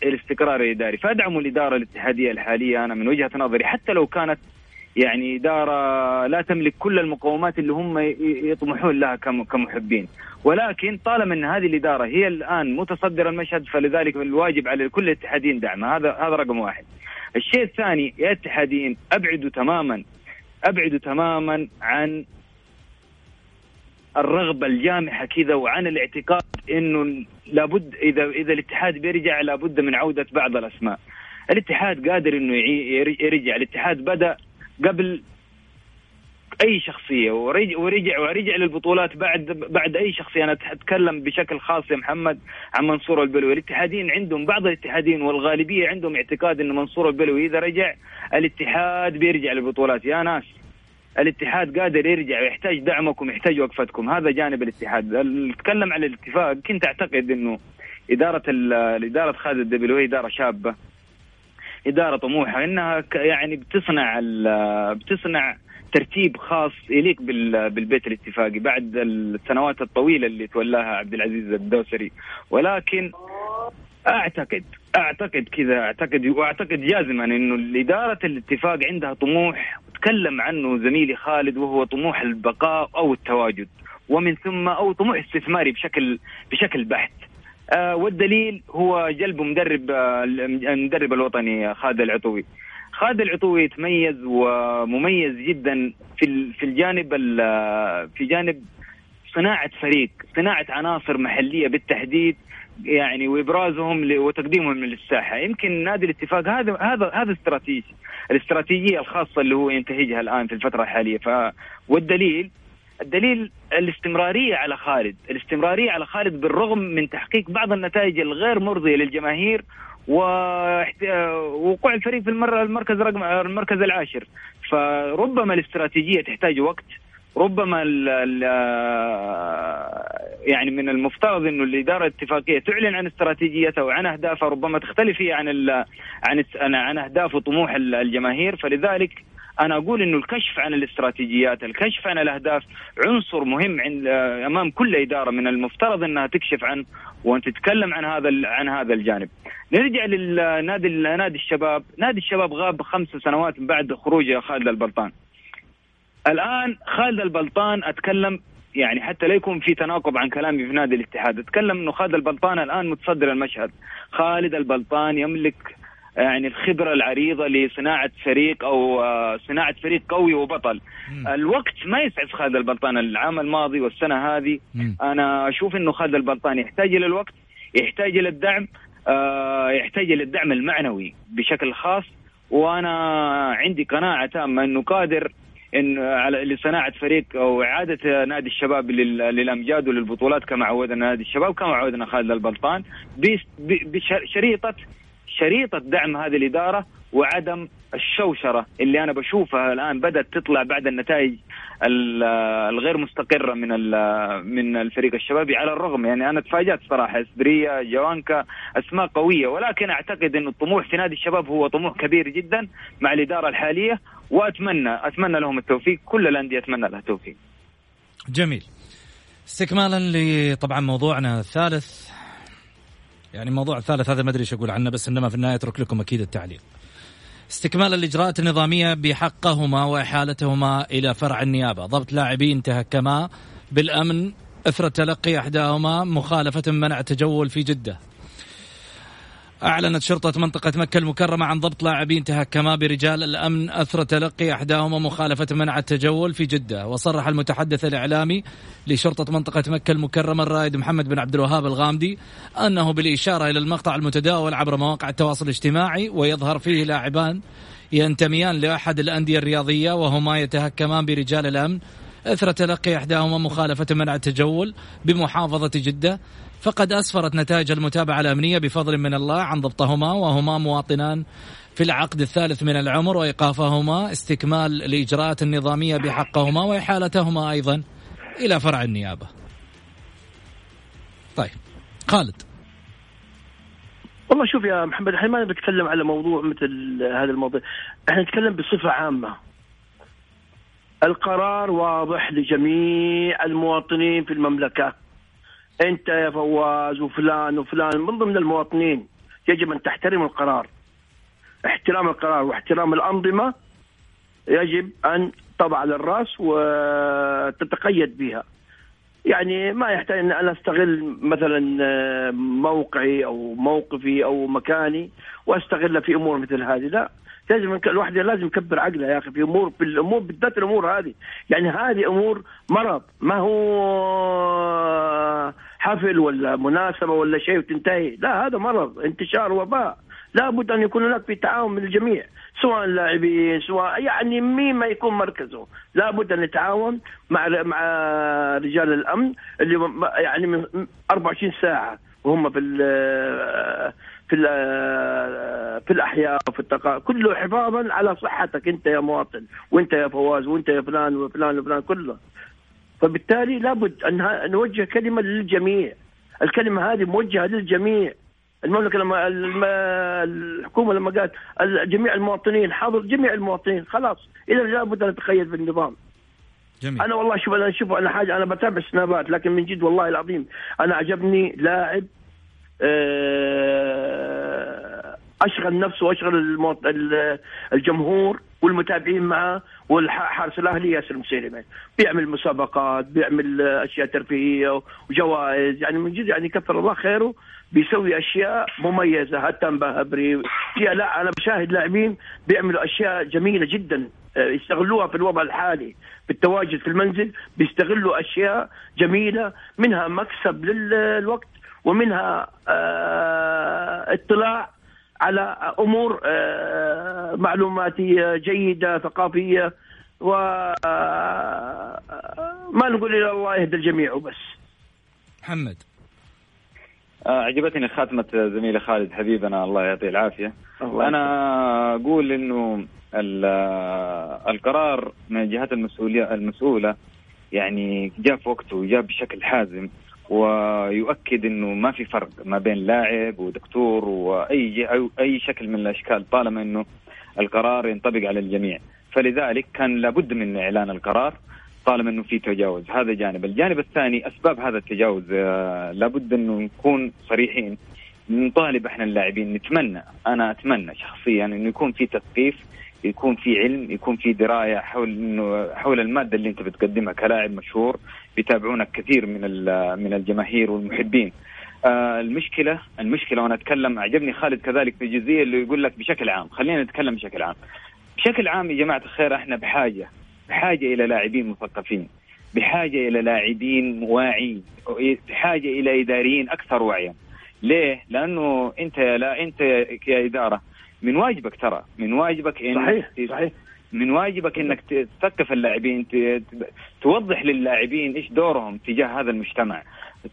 الاستقرار الإداري. فأدعم الإدارة الاتحادية الحالية أنا من وجهة نظري، حتى لو كانت يعني إدارة لا تملك كل المقومات اللي هم يطمحون لها كمحبين، ولكن طالما أن هذه الإدارة هي الآن متصدر المشهد فلذلك الواجب على كل الاتحاديين دعمها. هذا هذا رقم واحد. الشيء الثاني، يا اتحاديين أبعدوا تماما أبعدوا تماما عن الرغبة الجامحة كذا وعن الاعتقاد إنه لابد إذا إذا الاتحاد بيرجع لابد من عودة بعض الأسماء. الاتحاد قادر إنه يرجع. الاتحاد بدأ قبل أي شخصية ورجع ورجع ورجع للبطولات بعد بعد أي شخصية. أنا أتكلم بشكل خاص يا محمد عن منصور البلوي. الاتحادين عندهم بعض الاتحادين والغالبية عندهم اعتقاد إن منصور البلوي إذا رجع الاتحاد بيرجع للبطولات. يا ناس، الاتحاد قادر يرجع ويحتاج دعمكم، يحتاج وقفتكم. هذا جانب الاتحاد. نتكلم على الاتفاق، كنت أعتقد إنه إدارة الإدارة خالد الدبلوي إدارة شابة، إدارة طموحة، إنها يعني بتصنع بتصنع ترتيب خاص يليق بالبيت الاتفاقي بعد السنوات الطويلة اللي تولاها عبد العزيز الدوسري. ولكن أعتقد أعتقد كذا أعتقد وأعتقد جازما إنه الإدارة الاتفاق عندها طموح، تكلم عنه زميلي خالد، وهو طموح البقاء أو التواجد، ومن ثم أو طموح استثماري بشكل بشكل بحت. آه والدليل هو جلب مدرب آه المدرب الوطني خالد العطوي. خالد العطوي يتميز ومميز جدا في في الجانب في جانب صناعة فريق، صناعة عناصر محلية بالتحديد يعني، وإبرازهم وتقديمهم للساحة. يمكن نادي الاتفاق هذا هذا هذا استراتيجي الاستراتيجية الخاصة اللي هو ينتهجها الآن في الفترة الحالية. ف والدليل الدليل الاستمرارية على خالد الاستمرارية على خالد بالرغم من تحقيق بعض النتائج الغير مرضية للجماهير ووقوع الفريق في المرة المركز رقم المركز العاشر. فربما الاستراتيجية تحتاج وقت، ربما ال ال يعني من المفترض انه الاداره الاتفاقيه تعلن عن استراتيجيتها وعن اهدافها، ربما تختلف هي عن ال عن عن اهداف وطموح الجماهير. فلذلك انا اقول انه الكشف عن الاستراتيجيات، الكشف عن الاهداف عنصر مهم عند امام كل اداره من المفترض انها تكشف عنه وان تتكلم عن هذا عن هذا الجانب. نرجع للنادي نادي الشباب. نادي الشباب غاب خمس سنوات بعد خروج خالد البلطان. الآن خالد البلطان أتكلم يعني حتى لا يكون في تناقض عن كلامي في نادي الاتحاد، أتكلم إنه خالد البلطان الآن متصدر المشهد. خالد البلطان يملك يعني الخبرة العريضة لصناعة فريق أو صناعة فريق قوي وبطل. م. الوقت ما يسعف خالد البلطان العام الماضي والسنة هذه. م. أنا أشوف إنه خالد البلطان يحتاج إلى الوقت، يحتاج إلى الدعم، آه يحتاج إلى الدعم المعنوي بشكل خاص. وأنا عندي قناعة تامة إنه قادر إن على لصناعة فريق أو إعادة نادي الشباب للأمجاد وللبطولات كما عودنا نادي الشباب كما عودنا خالد البلطان، بشريطة شريطة دعم هذه الإدارة وعدم الشوشرة اللي أنا بشوفها الآن بدأت تطلع بعد النتائج الغير مستقرة من من الفريق الشبابي. على الرغم يعني أنا تفاجأت صراحة، إسبرية، جوانكا، أسماء قوية، ولكن أعتقد أن الطموح في نادي الشباب هو طموح كبير جدا مع الإدارة الحالية، وأتمنى أتمنى لهم التوفيق. كل الأندية أتمنى لها التوفيق. جميل. استكمالا لطبعا موضوعنا الثالث، يعني الموضوع الثالث هذا ما أدري إيش أقول عنه، بس إنما في النهاية أترك لكم أكيد التعليق. استكمال الإجراءات النظامية بحقهما وإحالتهما إلى فرع النيابة. ضبط لاعبين تهكما بالأمن إثر تلقي إحداهما مخالفة منع تجول في جدة. أعلنت شرطة منطقة مكة المكرمة عن ضبط لاعبين تهكما برجال الأمن أثر تلقي إحداهما مخالفة منع التجول في جدة. وصرح المتحدث الإعلامي لشرطة منطقة مكة المكرمة الرائد محمد بن عبد الوهاب الغامدي أنه بالإشارة إلى المقطع المتداول عبر مواقع التواصل الاجتماعي ويظهر فيه لاعبان ينتميان لأحد الأندية الرياضية وهما يتهكمان برجال الأمن أثر تلقي إحداهما مخالفة منع التجول بمحافظة جدة، فقد أسفرت نتائج المتابعة الأمنية بفضل من الله عن ضبطهما، وهما مواطنان في العقد الثالث من العمر، وإيقافهما استكمال الإجراءات النظامية بحقهما وإحالتهما أيضا إلى فرع النيابة. طيب خالد. والله شوف يا محمد، الحين ما بتكلم على موضوع مثل هذا الموضوع، احنا نتكلم بصفة عامة. القرار واضح لجميع المواطنين في المملكة. انت يا فواز وفلان وفلان من ضمن المواطنين يجب أن تحترم القرار. احترام القرار واحترام الأنظمة يجب أن تضع على الرأس وتتقيد بها. يعني ما يحتاج أن أنا أستغل مثلا موقعي أو موقفي أو مكاني وأستغله في أمور مثل هذه، لا. لازم الواحد لازم يكبر عقله يا أخي في أمور، في الأمور بالذات الأمور هذه. يعني هذه أمور مرض، ما هو حفل ولا مناسبة ولا شيء وتنتهي، لا، هذا مرض، انتشار وباء. لا بد أن يكون هناك في تعاون من الجميع، سواء اللاعبين سواء يعني مين ما يكون مركزه، لا بد أن نتعاون مع مع رجال الأمن اللي يعني من أربعة وعشرين ساعة وهم في ال في ال في الأحياء وفي التقا، كله حفاظا على صحتك أنت يا مواطن، وأنت يا فواز، وأنت يا فلان وفلان وفلان كله. فبالتالي لابد أن نوجه كلمة للجميع، الكلمة هذه موجهة للجميع. المملكة لما الحكومة لما قالت جميع المواطنين، حاضر جميع المواطنين، خلاص إذا لابد أن نتقيد بالنظام. جميل. أنا والله شوف أنا شوف أنا حاجة، أنا بتابع السنابات، لكن من جد والله العظيم أنا عجبني لاعب أشغل نفسه وأشغل الجمهور والمتابعين معه والحارس الأهلي ياسر مسيلمي، بيعمل مسابقات، بيعمل أشياء ترفيهية وجوائز، يعني من جد يعني كثر الله خيره، بيسوي أشياء مميزة. حتى مبهبري فيها، لا أنا بشاهد لاعبين بيعملوا أشياء جميلة جدا يستغلوها في الوضع الحالي بالتواجد في المنزل، بيستغلوا أشياء جميلة، منها مكسب للوقت ومنها اطلاع على أمور معلوماتية جيدة ثقافية، وما نقول إلا الله يهدي الجميع وبس. محمد، عجبتني خاتمة زميلي خالد حبيبنا الله يعطيه العافية. الله أنا أقول إنه القرار من الجهات المسؤولية المسؤولة يعني جاء في وقته وجاء بشكل حازم، ويؤكد إنه ما في فرق ما بين لاعب ودكتور وأي أي شكل من الأشكال، طالما إنه القرار ينطبق على الجميع. فلذلك كان لابد من إعلان القرار طالما إنه في تجاوز. هذا جانب. الجانب الثاني أسباب هذا التجاوز لابد إنه نكون صريحين، نطالب إحنا اللاعبين، نتمنى أنا أتمنى شخصيا إنه يكون في تثقيف، يكون في علم، يكون في دراية حول إنه حول المادة اللي أنت بتقدمها كلاعب مشهور بيتابعونك كثير من من الجماهير والمحبين. آه المشكلة المشكلة وأنا أتكلم، أعجبني خالد كذلك في الجزئية اللي يقول لك بشكل عام. خلينا نتكلم بشكل عام. بشكل عام يا جماعة الخير، إحنا بحاجة بحاجة إلى لاعبين مثقفين، بحاجة إلى لاعبين واعين، بحاجة إلى إداريين أكثر وعيا. ليه؟ لأنه أنت لا أنت كإدارة من واجبك، ترى من واجبك إن صحيح صحيح من واجبك إنك تثقف اللاعبين، توضح للاعبين إيش دورهم تجاه هذا المجتمع.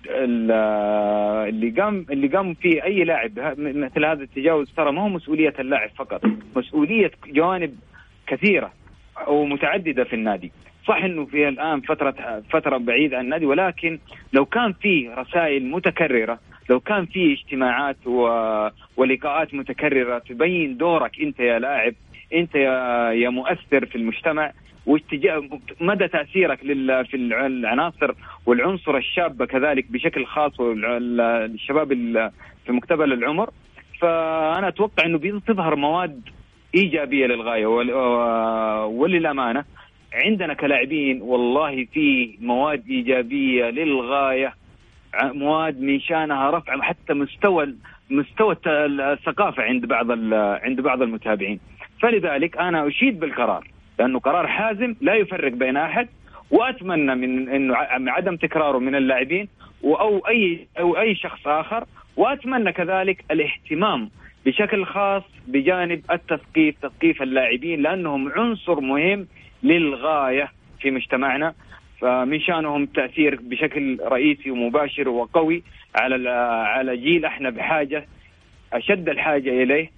اللي قام اللي قام فيه أي لاعب مثل هذا التجاوز ترى ما هو مسؤولية اللاعب فقط، مسؤولية جوانب كثيرة ومتعددة في النادي. صح إنه في الآن فترة فترة بعيدة عن النادي، ولكن لو كان فيه رسائل متكررة، لو كان فيه اجتماعات ولقاءات متكررة تبين دورك أنت يا لاعب، أنت يا يا مؤثر في المجتمع، واتجاه مدى تأثيرك لل في العناصر والعنصر الشابة كذلك بشكل خاص والشباب في مقتبل العمر. فأنا أتوقع إنه بتظهر مواد إيجابية للغاية. وللأمانة عندنا كلاعبين والله في مواد إيجابية للغاية، مواد من شانها رفع حتى مستوى مستوى الثقافة عند بعض عند بعض المتابعين. فلذلك أنا أشيد بالقرار، لأنه قرار حازم لا يفرق بين أحد، وأتمنى من إنه عدم تكراره من اللاعبين أو أي أو أي شخص آخر. وأتمنى كذلك الاهتمام بشكل خاص بجانب التثقيف، تثقيف اللاعبين، لأنهم عنصر مهم للغاية في مجتمعنا، فمن شانهم تأثير بشكل رئيسي ومباشر وقوي على على جيل احنا بحاجة أشد الحاجة إليه.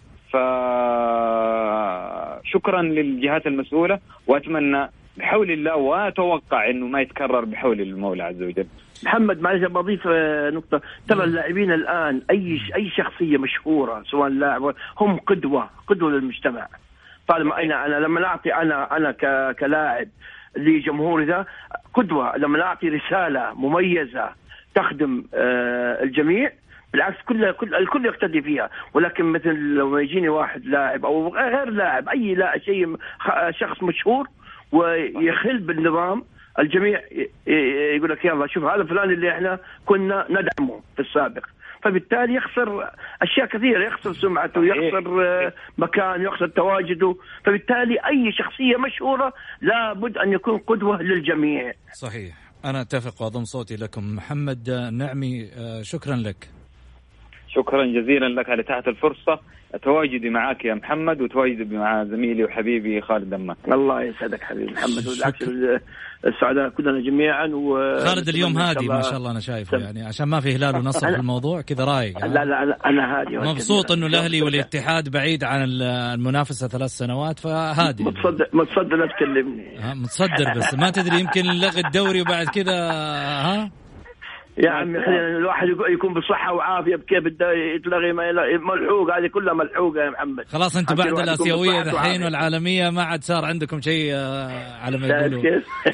فشكرا للجهات المسؤولة، وأتمنى بحول الله، وأتوقع إنه ما يتكرر بحول المولى عز وجل. محمد معلش بضيف نقطة، ترى اللاعبين الآن أي أي شخصية مشهورة سواء لاعب هم قدوة قدوة للمجتمع. طالما أنا أنا لما أعطي أنا أنا كلاعب لجمهوري ذا قدوة، لما أعطي رسالة مميزة تخدم الجميع، بالعكس كل كل الكل يقتدي فيها. ولكن مثل لو يجيني واحد لاعب أو غير لاعب أي لا شيء شخص مشهور ويخل بالنظام الجميع يقول لك يلا شوف هذا فلان اللي احنا كنا ندعمه في السابق، فبالتالي يخسر أشياء كثيرة، يخسر سمعته، يخسر مكان، يخسر تواجده. فبالتالي أي شخصية مشهورة لابد أن يكون قدوة للجميع. صحيح، أنا أتفق وأضم صوتي لكم. محمد النعمي شكرا لك. شكرا جزيلا لك على تحت الفرصة، تواجدي معك يا محمد وتواجدي مع زميلي وحبيبي خالد دمار. الله يسعدك حبيبي محمد، والعكس السعداء كلنا جميعا. خالد اليوم هادي ما شاء الله أنا شايفه يعني عشان ما في هلال ونصر في الموضوع كذا رايق. لا لا أنا, أنا هادي مبسوط إنه الأهلي والاتحاد بعيد عن المنافسة ثلاث سنوات فهادي. متصدر متصدر لا تكلمني. متصدر بس ما تدري يمكن نلغي الدوري وبعد كذا ها. يا عمي خلينا الواحد يكون بصحة وعافية بكيف بده يتلغي ما ملحوقة، هذه كلها ملحوقة يا محمد. خلاص أنت بعد الآسيوية الحين والعالمية ما عاد صار عندكم شيء على ما يقولوا.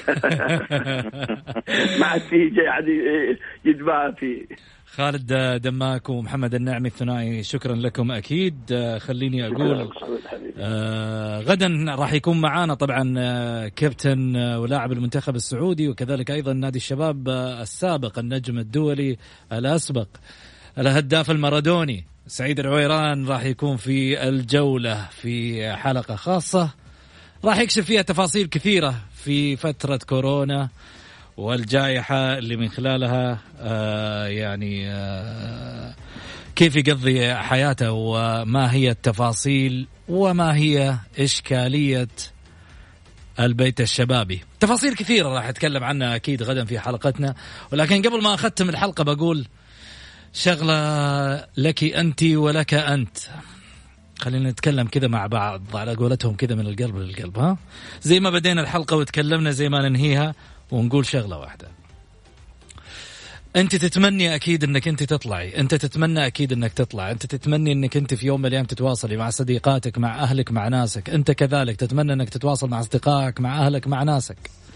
ما عاد في شيء عاد يتباع فيه. خالد دماك ومحمد النعمي الثنائي شكرا لكم. أكيد خليني أقول آه غدا راح يكون معانا طبعا آه كابتن آه ولاعب المنتخب السعودي وكذلك أيضا نادي الشباب آه السابق النجم الدولي الأسبق الهداف المارادوني سعيد العويران. راح يكون في الجولة في حلقة خاصة راح يكشف فيها تفاصيل كثيرة في فترة كورونا والجائحة اللي من خلالها آه يعني آه كيف يقضي حياته وما هي التفاصيل وما هي إشكالية البيت الشبابي. تفاصيل كثيرة راح أتكلم عنها أكيد غدا في حلقتنا. ولكن قبل ما أختم الحلقة بقول شغلة لك أنت ولك أنت. خلينا نتكلم كذا مع بعض على قولتهم كذا من القلب للقلب، ها زي ما بدينا الحلقة وتكلمنا زي ما ننهيها، ونقول شغلة واحدة. أنت تتمني أكيد أنك أنت تطلعي، أنت تتمنى أكيد أنك تطلع، أنت تتمني أنك أنت في يوم من الأيام تتواصلي مع صديقاتك مع أهلك مع ناسك، أنت كذلك تتمنى أنك تتواصل مع أصدقائك مع أهلك مع ناسك.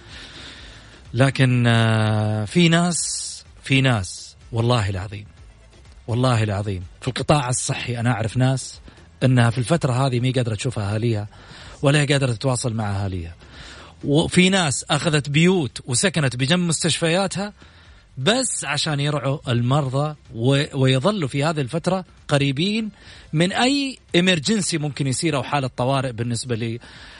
لكن في ناس في ناس والله العظيم والله العظيم في القطاع الصحي أنا أعرف ناس أنها في الفترة هذه مي قادرة تشوف أهاليها ولا هي قادرة تتواصل مع أهاليها. وفي ناس أخذت بيوت وسكنت بجنب مستشفياتها بس عشان يرعوا المرضى ويظلوا في هذه الفترة قريبين من أي إمرجنسي ممكن يصير أو حالة طوارئ بالنسبة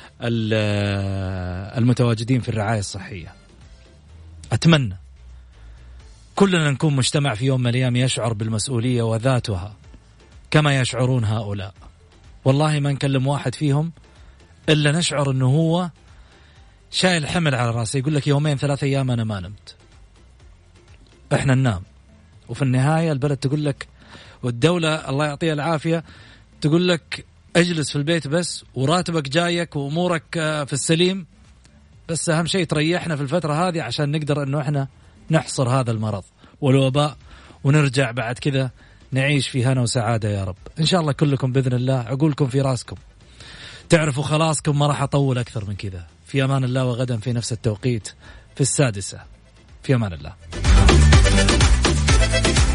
للمتواجدين في الرعاية الصحية. أتمنى كلنا نكون مجتمع في يوم من الأيام يشعر بالمسؤولية وذاتها كما يشعرون هؤلاء. والله ما نكلم واحد فيهم إلا نشعر أنه هو شايل حمل على راسه، يقول لك يومين ثلاثة أيام أنا ما نمت. إحنا ننام وفي النهاية البلد تقول لك والدولة الله يعطيها العافية تقول لك اجلس في البيت بس وراتبك جايك وأمورك في السليم، بس أهم شيء تريحنا في الفترة هذه عشان نقدر أنه إحنا نحصر هذا المرض والوباء ونرجع بعد كذا نعيش في هنا وسعادة يا رب. إن شاء الله كلكم بإذن الله عقولكم في راسكم تعرفوا خلاصكم. ما راح أطول أكثر من كذا. في أمان الله، وغدا في نفس التوقيت في السادسة. في أمان الله.